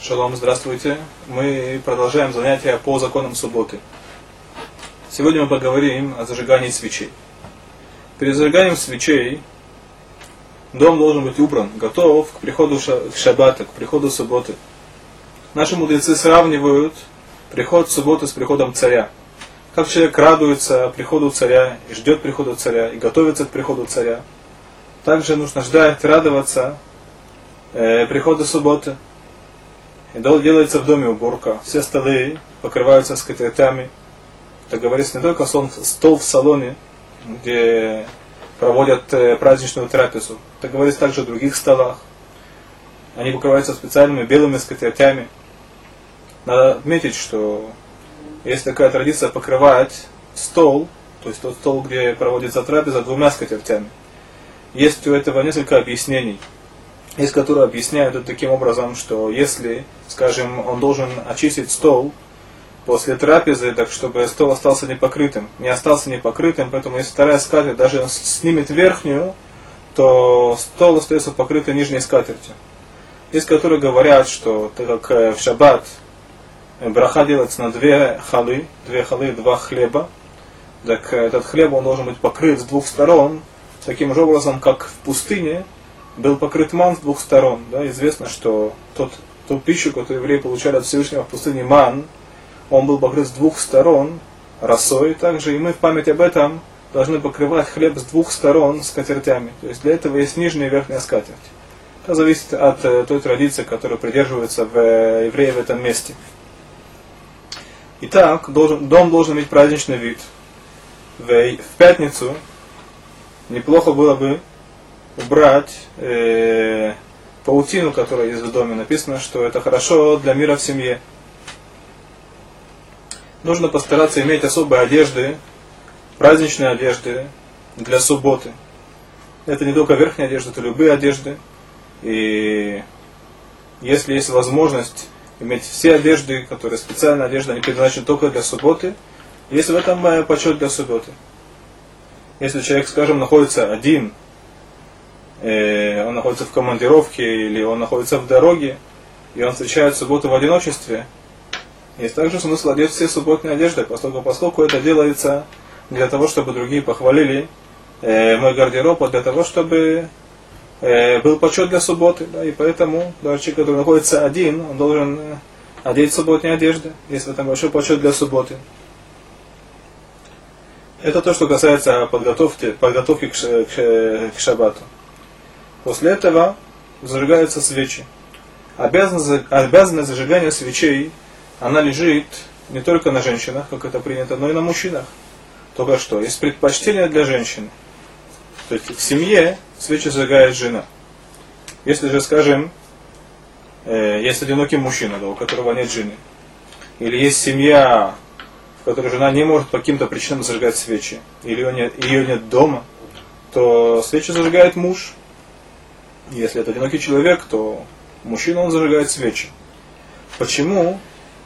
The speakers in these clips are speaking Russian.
Шалом, здравствуйте. Мы продолжаем занятия по законам субботы. Сегодня мы поговорим о зажигании свечей. Перед зажиганием свечей дом должен быть убран, готов к приходу шаббата, к приходу субботы. Наши мудрецы сравнивают приход субботы с приходом царя. Как человек радуется приходу царя, и ждет прихода царя, и готовится к приходу царя. Также нужно ждать, радоваться прихода субботы. И делается в доме уборка. Все столы покрываются скатертями. Это говорится не только стол в салоне, где проводят праздничную трапезу. Это говорится также о других столах. Они покрываются специальными белыми скатертями. Надо отметить, что есть такая традиция покрывать стол, то есть тот стол, где проводится трапеза, двумя скатертями. Есть у этого несколько объяснений. Есть, которые объясняют это таким образом, что если, скажем, он должен очистить стол после трапезы, так чтобы стол остался непокрытым, не остался непокрытым, поэтому если вторая скатерть даже снимет верхнюю, то стол остается покрытый нижней скатертью. Есть, которые говорят, что так как в шаббат браха делается на две халы, два хлеба, так этот хлеб он должен быть покрыт с двух сторон, таким же образом, как в пустыне был покрыт ман с двух сторон. Да? Известно, что ту пищу, которую евреи получали от Всевышнего в пустыне ман, он был покрыт с двух сторон росой также, и мы в память об этом должны покрывать хлеб с двух сторон скатертями. То есть для этого есть нижняя и верхняя скатерть. Это зависит от той традиции, которую придерживаются евреи в этом месте. Итак, дом должен иметь праздничный вид. В пятницу неплохо было бы убрать паутину, которая есть в доме. Написано, что это хорошо для мира в семье. Нужно постараться иметь особые одежды, праздничные одежды для субботы. Это не только верхняя одежда, это любые одежды. И если есть возможность иметь все одежды, которые специальная одежда, они предназначены только для субботы, есть в этом почет для субботы. Если человек, скажем, находится один, он находится в командировке или он находится в дороге, и он встречает субботу в одиночестве, есть также смысл одеть все субботные одежды, поскольку это делается для того, чтобы другие похвалили мой гардероб, для того, чтобы был почет для субботы. Да, и поэтому даже человек, который находится один, он должен одеть субботные одежды, если там большой почет для субботы. Это то, что касается подготовки к шаббату. После этого зажигаются свечи. Обязанность зажигания свечей, она лежит не только на женщинах, как это принято, но и на мужчинах. Только что, есть предпочтение для женщин. То есть в семье свечи зажигает жена. Если же, скажем, есть одинокий мужчина, да, у которого нет жены, или есть семья, в которой жена не может по каким-то причинам зажигать свечи, или ее нет дома, то свечи зажигает муж. Если это одинокий человек, то мужчина, он зажигает свечи. Почему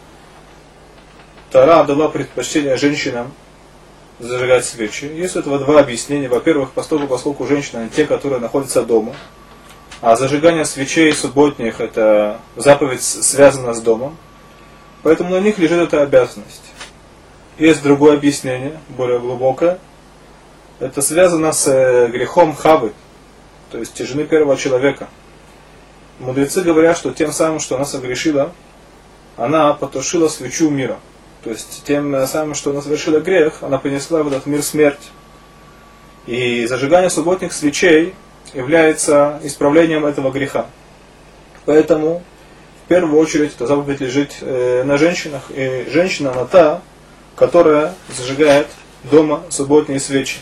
Тора дала предпочтение женщинам зажигать свечи? Есть у этого два объяснения. Во-первых, поскольку женщины те, которые находятся дома, а зажигание свечей субботних, это заповедь связана с домом, поэтому на них лежит эта обязанность. Есть другое объяснение, более глубокое. Это связано с грехом Хавы, то есть жены первого человека. Мудрецы говорят, что тем самым, что она согрешила, она потушила свечу мира. То есть тем самым, что она совершила грех, она принесла в этот мир смерть. И зажигание субботних свечей является исправлением этого греха. Поэтому в первую очередь эта заповедь лежит на женщинах. И женщина, она та, которая зажигает дома субботние свечи.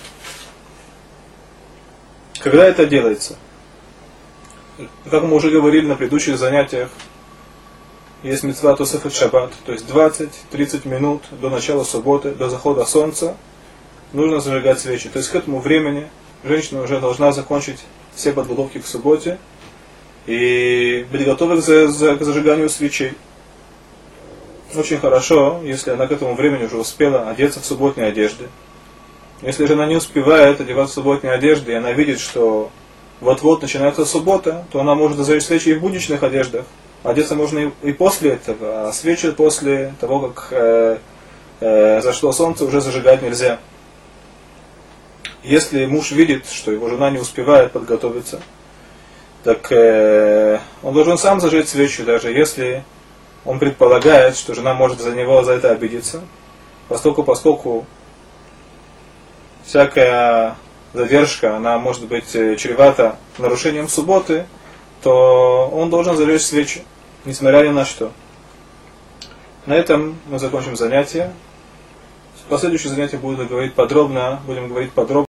Когда это делается? Как мы уже говорили на предыдущих занятиях, есть мицва тосефет шаббат, то есть 20-30 минут до начала субботы, до захода солнца, нужно зажигать свечи. То есть к этому времени женщина уже должна закончить все подготовки к субботе и быть готовой к зажиганию свечей. Очень хорошо, если она к этому времени уже успела одеться в субботние одежды. Если же она не успевает одеваться в субботние одежды, и она видит, что вот-вот начинается суббота, то она может зажечь свечи и в будничных одеждах. Одеться можно и после этого, а свечи после того, как зашло солнце, уже зажигать нельзя. Если муж видит, что его жена не успевает подготовиться, так он должен сам зажечь свечу, даже если он предполагает, что жена может за него за это обидеться, поскольку всякая задержка, она может быть чревата нарушением субботы, то он должен зажечь свечи, несмотря ни на что. На этом мы закончим занятие. В последующих занятиях будем говорить подробно